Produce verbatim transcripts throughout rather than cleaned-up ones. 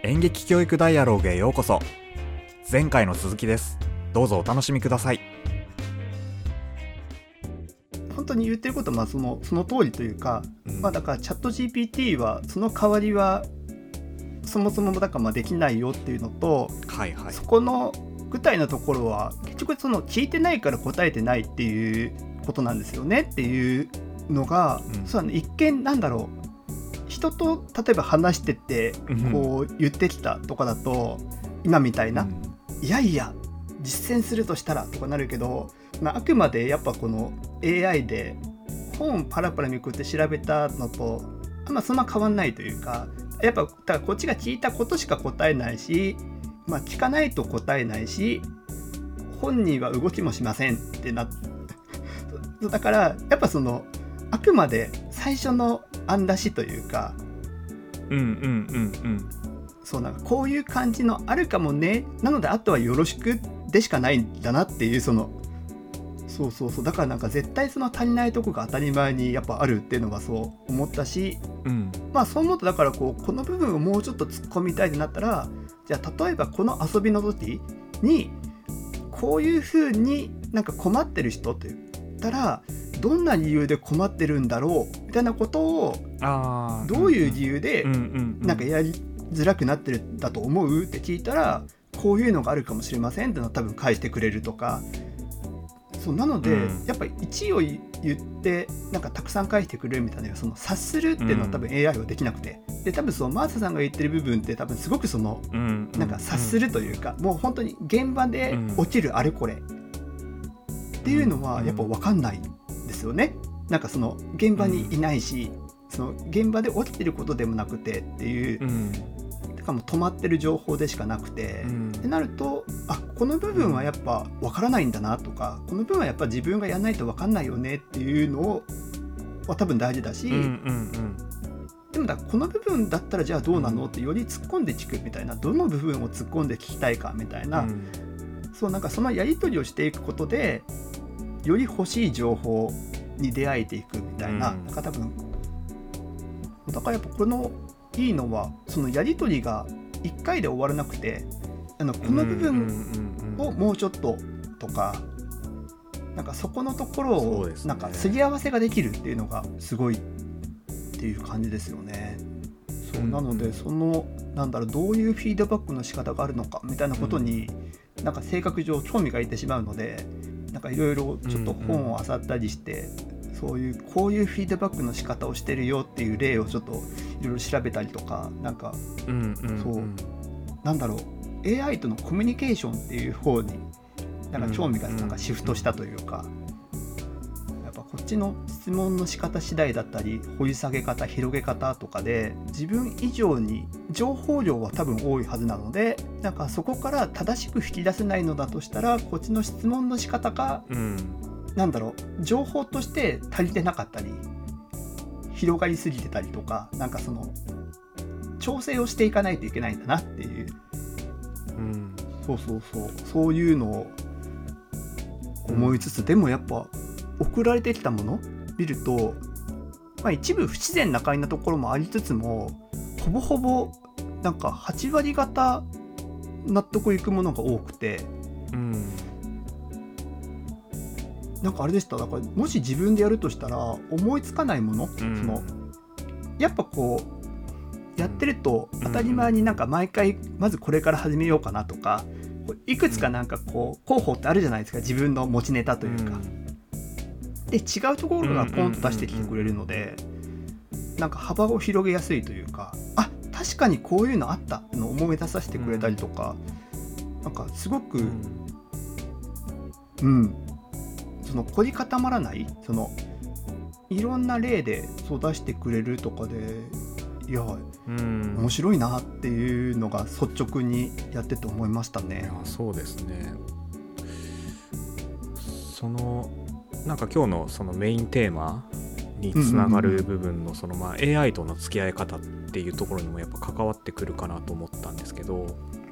演劇教育ダイアローグへようこそ。前回の続きです。どうぞお楽しみください。 本当に言ってることはまあその、その通りというか、うんまあ、だからチャット ジーピーティー はその代わりはそもそもだからまあできないよっていうのと、 はいはい、 そこの具体のところは結局その聞いてないから答えてないっていうことなんですよねっていうのが、うん、そうだね、一見なんだろう、人と例えば話しててこう言ってきたとかだと、うん、今みたいな、うん、いやいや実践するとしたらとかなるけど、まあ、あくまでやっぱこの エーアイ で本パラパラめくって調べたのとあんまそんな変わんないというか、やっぱだからこっちが聞いたことしか答えないし、まあ、聞かないと答えないし、本人は動きもしませんってなだからやっぱそのあくまで最初の案出しというか、 うんうんうんうん、 そうなんかこういう感じのあるかもね、なのであとはよろしくでしかないんだなっていう、そのそうそうそう、だからなんか絶対その足りないとこが当たり前にやっぱあるっていうのはそう思ったし、うん、まあそう思うとだからこうこの部分をもうちょっと突っ込みたいってなったら、じゃあ例えばこの遊びの時にこういう風になんか困ってる人と言ったらどんな理由で困ってるんだろうみたいなことを、あどういう理由でなんかやりづらくなってるんだと思うって聞いたら、こういうのがあるかもしれませんってのを多分返してくれるとか、そうなので、うん、やっぱり一を言ってなんかたくさん返してくれるみたいな、その察するっていうのは多分 エーアイ はできなくて、うん、で多分そのマーサさんが言ってる部分って多分すごくその、うん、なんか察するというか、うん、もう本当に現場で起きるあれこれっていうのはやっぱ分かんないですよね。なんかその現場にいないし、うん、その現場で起きてることでもなくてっていう、うん、だからもう止まってる情報でしかなくて、うん、ってなると、あこの部分はやっぱ分からないんだなとか、この部分はやっぱ自分がやらないと分かんないよねっていうのをは多分大事だし、うんうんうん、でもだこの部分だったらじゃあどうなのってより突っ込んで聞くみたいな、どの部分を突っ込んで聞きたいかみたいな、うん、そうなんかそのやり取りをしていくことでより欲しい情報に出会えていくみたいな、うん、なんか多分だからやっぱこのいいのはそのやり取りがいっかいで終わらなくて、あのこの部分をもうちょっととか、なんかそこのところをなんかすり合わせができるっていうのがすごいっていう感じですよね。そうなのでそのなんだろう、どういうフィードバックの仕方があるのかみたいなことになんか性格上興味がいってしまうので、なんかいろいろちょっと本を漁ったりして、そういうこういうフィードバックの仕方をしてるよっていう例をちょっといろいろ調べたりとか、なんか、うんうんうん、そうなんだろう エーアイ とのコミュニケーションっていう方になんか興味がなんかシフトしたというか、やっぱこっちの質問の仕方次第だったり掘り下げ方広げ方とかで自分以上に情報量は多分多いはずなので、なんかそこから正しく引き出せないのだとしたら、こっちの質問の仕方が、うん、なんだろう情報として足りてなかったり広がりすぎてたりとか、なんかその調整をしていかないといけないんだなっていう、うん、そうそうそうそういうのを思いつつ、うん、でもやっぱ送られてきたもの見ると、まあ、一部不自然な感じなところもありつつも、ほぼほぼなんかはちわり方納得いくものが多くて、うん、なんかあれでした。だからもし自分でやるとしたら思いつかないもの、うん、そのやっぱこうやってると当たり前になんか毎回まずこれから始めようかなとか、いくつかなんかこう候補ってあるじゃないですか、自分の持ちネタというか、うん、で違うところがポンと出してきてくれるので、なんか幅を広げやすいというか、あ確かにこういうのあったのを思い出させてくれたりとか、なんかすごくうん、うんその凝り固まらない、そのいろんな例でそう出してくれるとかで、いや、うん、面白いなっていうのが率直にやってて思いましたね。 いやそうですね。そのなんか今日のそのメインテーマにつながる部分のそのまあ エーアイ との付き合い方っていうところにもやっぱ関わってくるかなと思ったんですけど、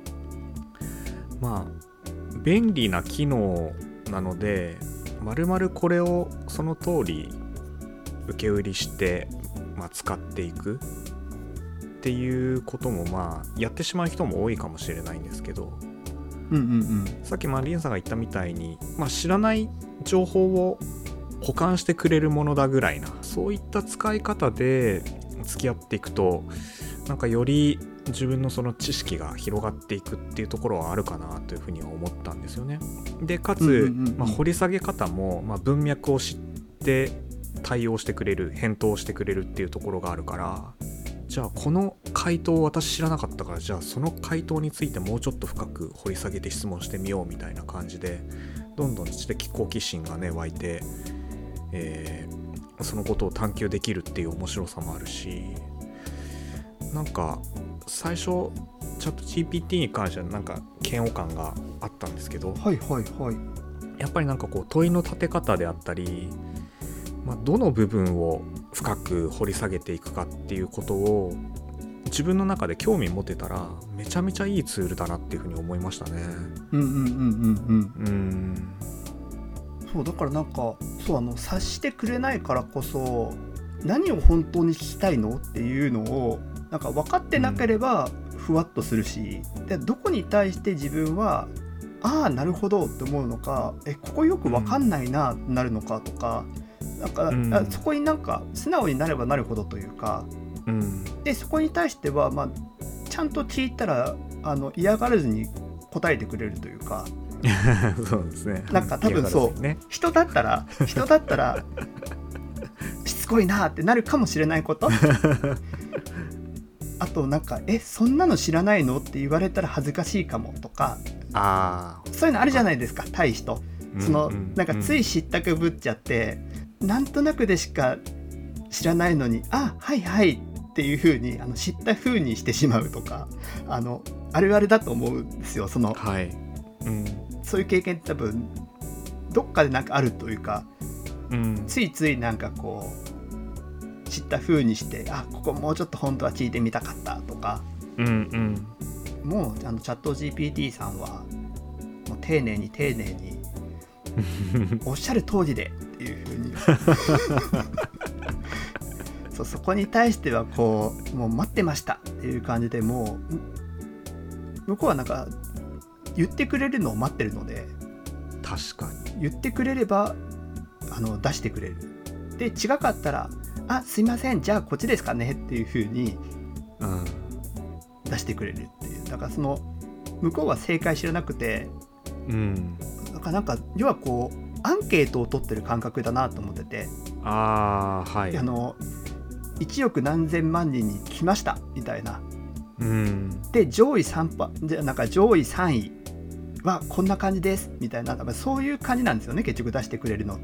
まあ便利な機能なので丸々これをその通り受け売りして、まあ、使っていくっていうこともまあやってしまう人も多いかもしれないんですけど、 うんうんうん、 さっきまあリンさんが言ったみたいに、まあ、知らない情報を補完してくれるものだぐらいな、そういった使い方で付き合っていくと、なんかより自分のその知識が広がっていくっていうところはあるかなというふうには思ったんですよね。でかつ、 うんうんうんうん、 まあ、掘り下げ方も、まあ、文脈を知って対応してくれる、返答してくれるっていうところがあるから、じゃあこの回答を私知らなかったから、じゃあその回答についてもうちょっと深く掘り下げて質問してみようみたいな感じで、どんどん知的好奇心がね湧いて、えー、そのことを探求できるっていう面白さもあるし、なんか最初チャット ジーピーティー に関してはなんか嫌悪感があったんですけど、 はいはいはい、 やっぱりなんかこう問いの立て方であったり、まあ、どの部分を深く掘り下げていくかっていうことを自分の中で興味持てたらめちゃめちゃいいツールだなっていうふうに思いましたね。 うんうんうんうんうんうんそうだからなんかそうあの察してくれないからこそ、何を本当に聞きたいのっていうのをなんか分かってなければふわっとするし、うん、でどこに対して自分はああなるほどって思うのか、えここよく分かんないなってなるのかとか、なんか、うん、そこになんか素直になればなるほどというか、うん、でそこに対しては、まあ、ちゃんと聞いたらあの嫌がらずに答えてくれるというかそうですね、 なんか多分そう、ね、人だったら人だったらしつこいなってなるかもしれないことあとなんかえそんなの知らないのって言われたら恥ずかしいかもとか、 あそういうのあるじゃないですか、対人その、うんうん、なんかつい知ったかぶっちゃって、うん、なんとなくでしか知らないのにあはいはいっていう風にあの知った風にしてしまうとか、あのあるあるだと思うんですよ。その、 はいうん、 そういう経験って多分どっかでなんかあるというか、うん、ついついなんかこう知った風にしてあここもうちょっと本当は聞いてみたかったとか、うんうん、もうあのチャット ジーピーティー さんはもう丁寧に丁寧におっしゃる通りでっていう風にそうそこに対してはこうもう待ってましたっていう感じで、もう向こうはなんか言ってくれるのを待ってるので、 確かに言ってくれればあの出してくれる。で違かったらあすいませんじゃあこっちですかねっていう風に出してくれるっていう。だからその向こうは正解知らなくて、うん、だからなんか要はこうアンケートを取ってる感覚だなと思ってて、 あー、はい、 あのいちおく何千万人に来ましたみたいな、うん、で上位さんパでなんか上位さんいはこんな感じですみたいな、そういう感じなんですよね結局出してくれるのって。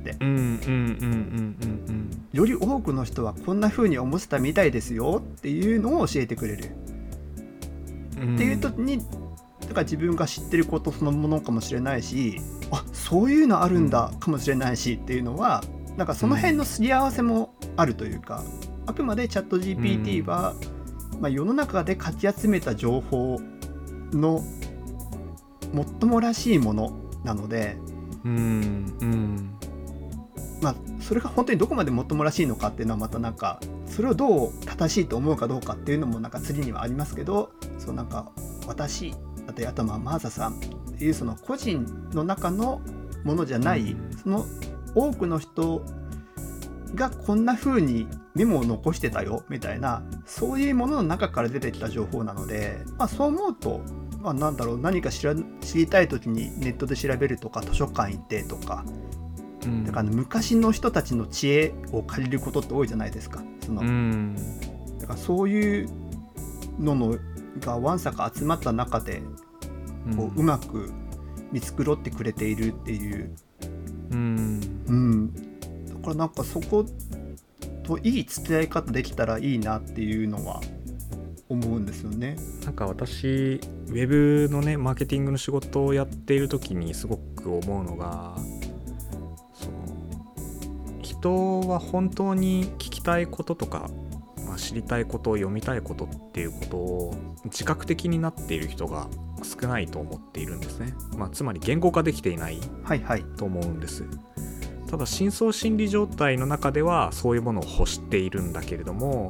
より多くの人はこんな風に思ってたみたいですよっていうのを教えてくれる、うん、っていう時にだから自分が知ってることそのものかもしれないし、あそういうのあるんだかもしれないしっていうのはなんかその辺のすり合わせもあるというか、あくまでチャット ジーピーティー は、うんまあ、世の中でかき集めた情報のもっともらしいものなので、うんうんまあ、それが本当にどこまでもっともらしいのかっていうのはまたなんかそれをどう正しいと思うかどうかっていうのもなんか次にはありますけど、そうなんか私あとあとまあマーサさんっていうその個人の中のものじゃない、うん、その多くの人がこんな風にメモを残してたよみたいな、そういうものの中から出てきた情報なので、まあ、そう思うと、まあ、なんだろう何か 知ら、知りたい時にネットで調べるとか図書館行ってとか、うん、だから昔の人たちの知恵を借りることって多いじゃないですか。その、うん、だからそういうののがわんさか集まった中でこう、うん、うまく見繕ってくれているっていう、うんうん、だからなんかそこといい伝え方できたらいいなっていうのは思うんですよね。 なんか私ウェブのねマーケティングの仕事をやっている時にすごく思うのが、その人は本当に聞きたいこととか、まあ、知りたいこと読みたいことっていうことを自覚的になっている人が少ないと思っているんですね。まあ、つまり言語化できていないと思うんです、はいはい。ただ深層心理状態の中ではそういうものを欲しているんだけれども、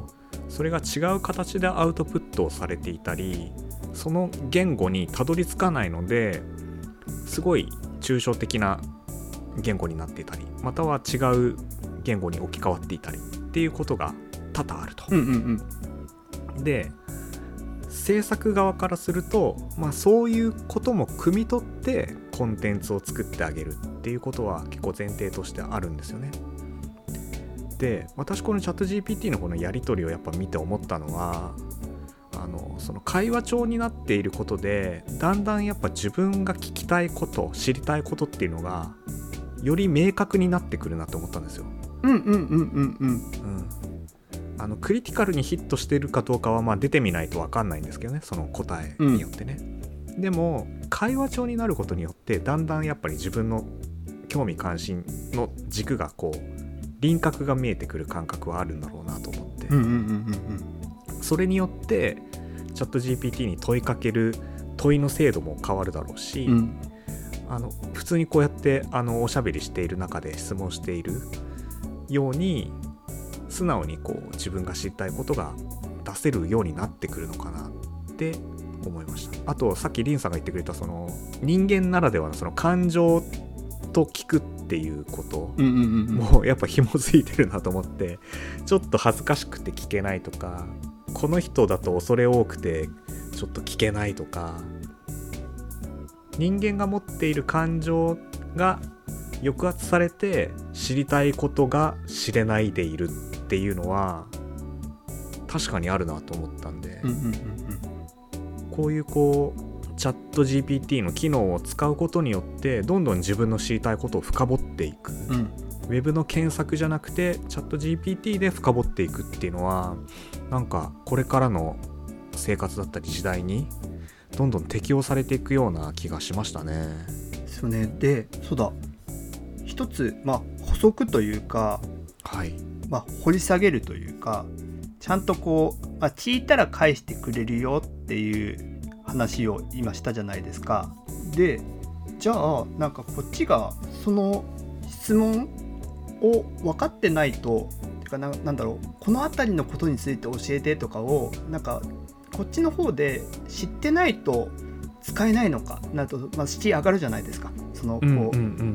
それが違う形でアウトプットをされていたり、その言語にたどり着かないのですごい抽象的な言語になっていたり、または違う言語に置き換わっていたりっていうことが多々あると、 うんうんうん、 で制作側からすると、まあ、そういうことも汲み取ってコンテンツを作ってあげるっていうことは結構前提としてあるんですよね。で、私このチャット ジーピーティー のこのやり取りをやっぱ見て思ったのは、あのその会話帳になっていることでだんだんやっぱ自分が聞きたいこと知りたいことっていうのがより明確になってくるなと思ったんですよ。 うんうんうんうんうん、 うん、あのクリティカルにヒットしてるかどうかはまあ出てみないと分かんないんですけどね、その答えによってね、うん、でも会話帳になることによってだんだんやっぱり自分の興味関心の軸がこう輪郭が見えてくる感覚はあるんだろうなと思って、 うんうんうんうんうん、 それによってチャット ジーピーティー に問いかける問いの精度も変わるだろうし、うん、あの普通にこうやってあのおしゃべりしている中で質問しているように素直にこう自分が知りたいことが出せるようになってくるのかなって思いました。あとさっきリンさんが言ってくれたその人間ならではのその感情と聞くっていうこともやっぱ紐づいてるなと思って、ちょっと恥ずかしくて聞けないとか、この人だと恐れ多くてちょっと聞けないとか、人間が持っている感情が抑圧されて知りたいことが知れないでいるっていうのは確かにあるなと思ったんで、うんうんうんうん、こういうこうチャット ジーピーティー の機能を使うことによってどんどん自分の知りたいことを深掘っていく、うん、ウェブの検索じゃなくてチャット ジーピーティー で深掘っていくっていうのはなんかこれからの生活だったり時代にどんどん適用されていくような気がしましたね。 そうね。で、そうだ、一つ、まあ、補足というか、 はいまあ、掘り下げるというか、ちゃんとこう、まあ、聞いたら返してくれるよっていう話を今したじゃないですか。で、じゃあなんかこっちがその質問を分かってないと、てか な, なんだろうこの辺りのことについて教えてとかをなんかこっちの方で知ってないと使えないのかなると、まあ、敷居上がるじゃないですか。そのこう、うんうんうん、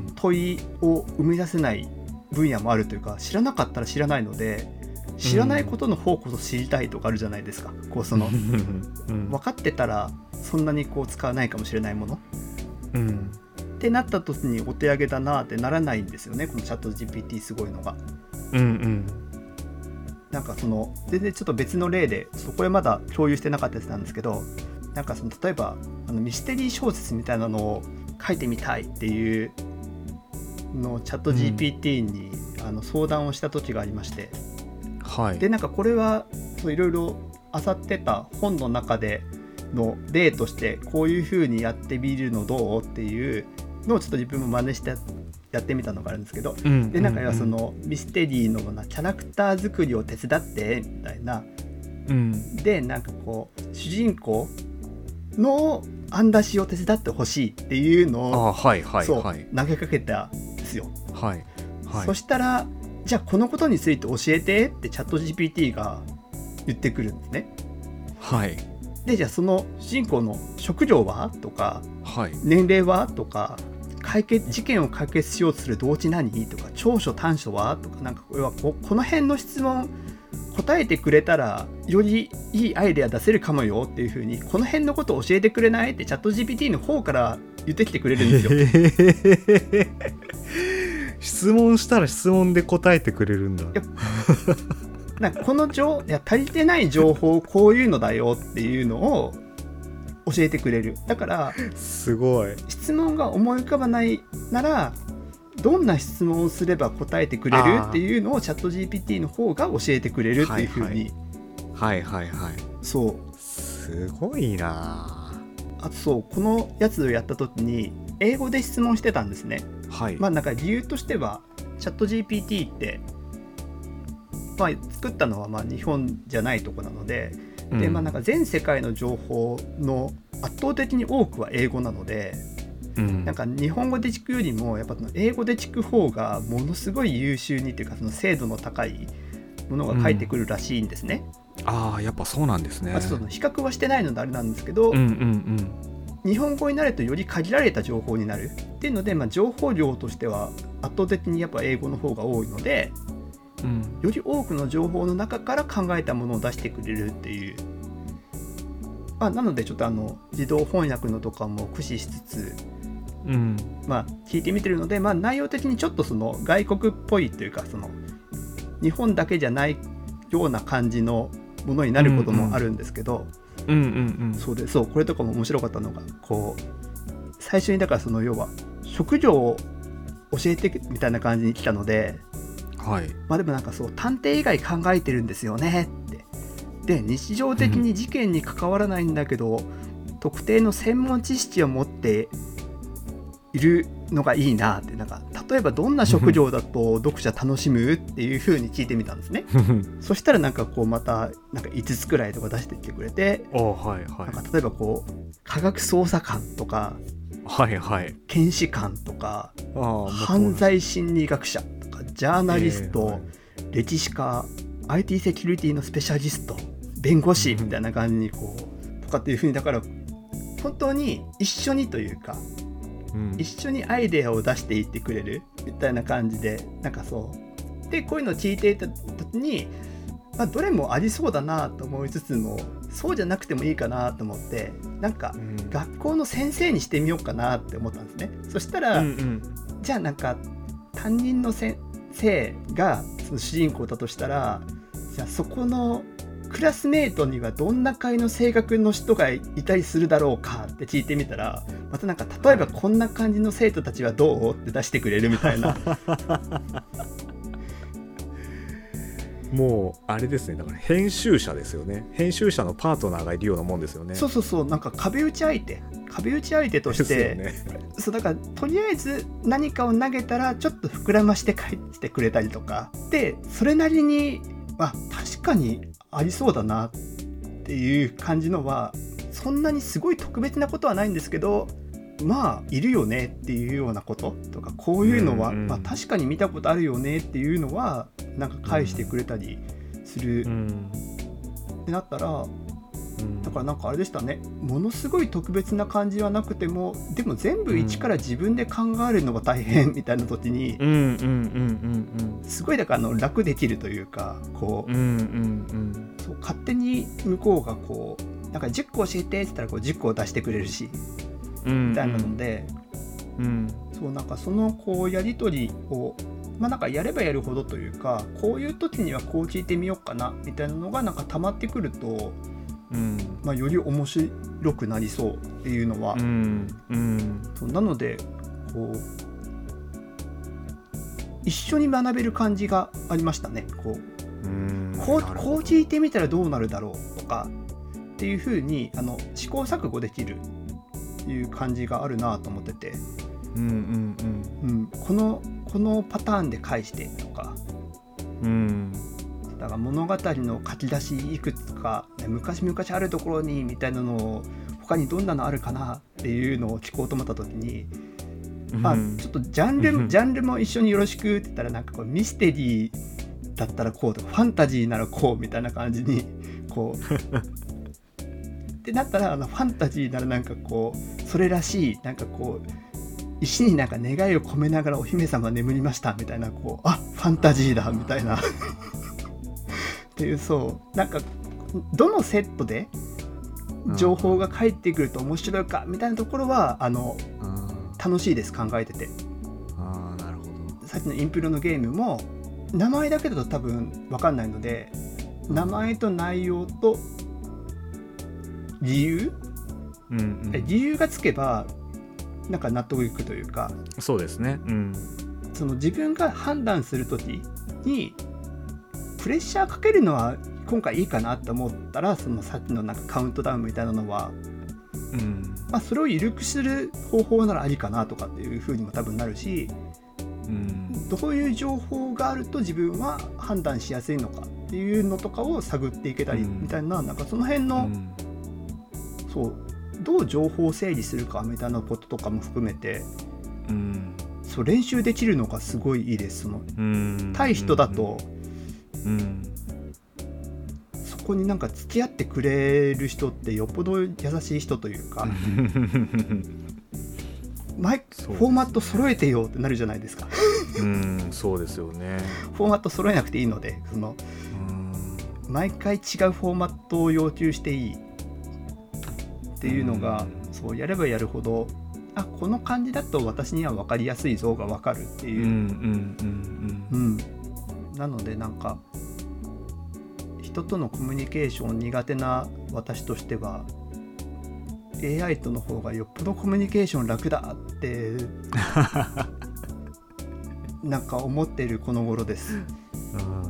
問いを生み出せない分野もあるというか、知らなかったら知らないので知らないことの方こそ知りたいとかあるじゃないですか。こうその、うん、分かってたらそんなにこう使わないかもしれないもの、うん、ってなった時にお手上げだなってならないんですよね、このチャット ジーピーティー すごいのが。うんうん、なんかその全然ちょっと別の例でそこへまだ共有してなかったやつなんですけど、なんかその例えばあのミステリー小説みたいなのを書いてみたいっていうのをチャット ジーピーティー に、うん、あの相談をした時がありまして、はい、でなんかこれはいろいろ漁ってた本の中での例としてこういう風にやってみるのどうっていうのをちょっと自分も真似してやってみたのがあるんですけど、うん、でなんか要はそのミステリーのキャラクター作りを手伝ってみたいな、うん、でなんかこう主人公の案出しを手伝ってほしいっていうのを、あ、はいはいはい、そう投げかけたんですよ、はいはい、そしたらじゃあこのことについて教えてってチャット ジーピーティー が言ってくるんですね。はい。でじゃあその主人公の職業はとか、はい、年齢はとか、解決事件を解決しようとする動機何とか、長所短所はとか、なんかこれは こ, この辺の質問答えてくれたらよりいいアイデア出せるかもよっていう風に、この辺のことを教えてくれないってチャット ジーピーティー の方から言ってきてくれるんですよ。 質問したら質問で答えてくれるんだ。 なんかこの情いや足りてない情報こういうのだよっていうのを教えてくれる。だからすごい質問が思い浮かばないならどんな質問をすれば答えてくれるっていうのをチャット ジーピーティー の方が教えてくれるっていう風に、 はいはい、はいはいはいそうすごいなあ。とそうこのやつをやった時に英語で質問してたんですね。はい。まあなんか理由としてはチャット ジーピーティー ってまあ、作ったのはまあ日本じゃないとこなので、うん、でまあなんか全世界の情報の圧倒的に多くは英語なので、うん、なんか日本語で聞くよりもやっぱ英語で聞く方がものすごい優秀にというかその精度の高いものが返ってくるらしいんですね。 ああやっぱそうなんですね。 まあ、その比較はしてないのであれなんですけど、 うんうんうん日本語になるとより限られた情報になるっていうので、まあ、情報量としては圧倒的にやっぱ英語の方が多いので、 うん、 より多くの情報の中から考えたものを出してくれるっていう、まあ、なのでちょっとあの自動翻訳のとかも駆使しつつ、 うんまあ、聞いてみてるので、まあ、内容的にちょっとその外国っぽいというかその日本だけじゃないような感じのものになることもあるんですけど、 うんうんうん、 そうでそうこれとかも面白かったのがこう最初にだからその要は職業を教えてみたいな感じに来たので、 はい、 まあでもなんかそう探偵以外考えてるんですよねってで日常的に事件に関わらないんだけど、うん、特定の専門知識を持っているのがいいなって、なんか例えばどんな職業だと読者楽しむっていう風に聞いてみたんですねそしたらなんかこうまたなんかいつつくらいとか出してきてくれて、 お、はいはい、 なんか例えばこう科学捜査官とか、 はいはい、 検視官とか、 あ犯罪心理学者とかジャーナリスト、えーはい、歴史家、 アイティー セキュリティのスペシャリスト、弁護士みたいな感じにこうとかっていう風に、だから本当に一緒にというか、うん、一緒にアイデアを出していってくれるみたいな感じで、なんかそうでこういうのを聞いていた時に、まあ、どれもありそうだなと思いつつもそうじゃなくてもいいかなと思って、なんか学校の先生にしてみようかなって思ったんですね。そしたら、うんうん、じゃあなんか担任の先生がその主人公だとしたら、じゃあそこのクラスメートにはどんな会の性格の人がいたりするだろうかって聞いてみたら、またなんか例えばこんな感じの生徒たちはどうって出してくれるみたいなもうあれですね、だから編集者ですよね。編集者のパートナーがいるようなもんですよね。 そうそうそう、なんか壁打ち相手壁打ち相手として、ね、そうだからとりあえず何かを投げたらちょっと膨らまして返してくれたりとかで、それなりにあ確かにありそうだなっていう感じのは、そんなにすごい特別なことはないんですけど、まあいるよねっていうようなこととか、こういうのは、うんうん、まあ、確かに見たことあるよねっていうのはなんか返してくれたりする、うん、ってなったら、うん、だからなんかあれでしたね、ものすごい特別な感じはなくても、でも全部一から自分で考えるのが大変みたいな時にすごいだからあの楽できるというか、こう、うんうんうん、そう勝手に向こうがこうなんかじゅっこ教えてって言ったらこうじゅっこを出してくれるしみたいなので、うんうん、そうなんかそのこうやり取りをまあなんかやればやるほどというか、こういう時にはこう聞いてみようかなみたいなのがなんか溜まってくると、うんまあ、より面白くなりそうっていうのは、うんうん、そうなのでこう一緒に学べる感じがありましたね。こう、うん、こう、こう聞いてみたらどうなるだろうとかっていう風にあの試行錯誤できるいう感じがあるなと思ってて、うんうんうんうん、このこのパターンで返してとか、うん、だから物語の書き出しいくつか昔々あるところにみたいなのを他にどんなのあるかなっていうのを聞こうと思った時に、うん、あちょっとジャンル、うん、ジャンルも一緒によろしくって言ったらなんかこうミステリーだったらこうとかファンタジーならこうみたいな感じにこうってなったらあのファンタジーならなんかこうそれらしいなんかこう石になんか願いを込めながらお姫様眠りましたみたいな、こうあファンタジーだみたいなっていう、そうなんかどのセットで情報が返ってくると面白いかみたいなところはあの楽しいです、考えてて。 あなるほど。 さっきのインプロのゲームも名前だけだと多分分かんないので、名前と内容と理由、うんうん、理由がつけばなんか納得いくというか、 そうですね、うん、 その自分が判断するときにプレッシャーかけるのは今回いいかなと思ったら、そのさっきのなんかカウントダウンみたいなのは、うんまあ、それを緩くする方法ならありかなとかっていう風にも多分なるし、うん、どういう情報があると自分は判断しやすいのかっていうのとかを探っていけたりみたいな、うん、なんかその辺の、うん、そうどう情報を整理するかみたいなこととかも含めて、うん、そう練習できるのがすごいいいです。その、うん、対人だと、うん、そそこになんか付き合ってくれる人ってよっぽど優しい人というかマイフォーマット揃えてよってなるじゃないですかうんそうですよね。 フォーマット揃えなくていいので、その毎回違うフォーマットを要求していいっていうのが、そうやればやるほど、あこの感じだと私には分かりやすい像が分かるっていう、うんうんうんうん、なのでなんか人とのコミュニケーション苦手な私としては エーアイ との方がよっぽどコミュニケーション楽だってなんか思っているこの頃です。 あ